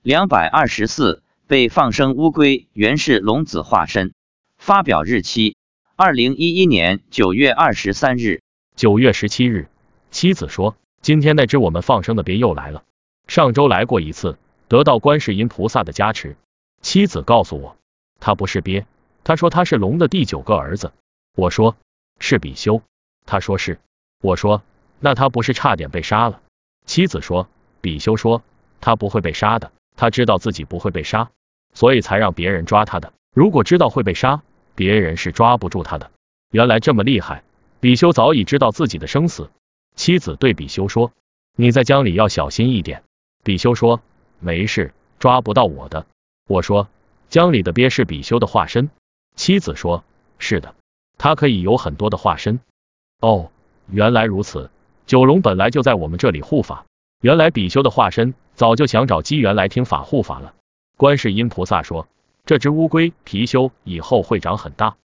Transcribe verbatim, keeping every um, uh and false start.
两百二十四被放生乌龟原是龙子化身。发表日期：二零一一年九月二十三日。 九月十七日，妻子说，今天那只我们放生的鳖又来了，上周来过一次，得到观世音菩萨的加持。妻子告诉我，他不是鳖，他说他是龙的第九个儿子。我说是比丘，他说是。我说那他不是差点被杀了？妻子说，比丘说他不会被杀的，他知道自己不会被杀，所以才让别人抓他的。如果知道会被杀，别人是抓不住他的。原来这么厉害，比丘早已知道自己的生死。妻子对比丘说，你在江里要小心一点。比丘说，没事，抓不到我的。我说，江里的鳖是比丘的化身？妻子说，是的，它可以有很多的化身。哦，原来如此，九龙本来就在我们这里护法，原来比丘的化身早就想找机缘来听法护法了。观世音菩萨说，这只乌龟貔貅以后会长很大，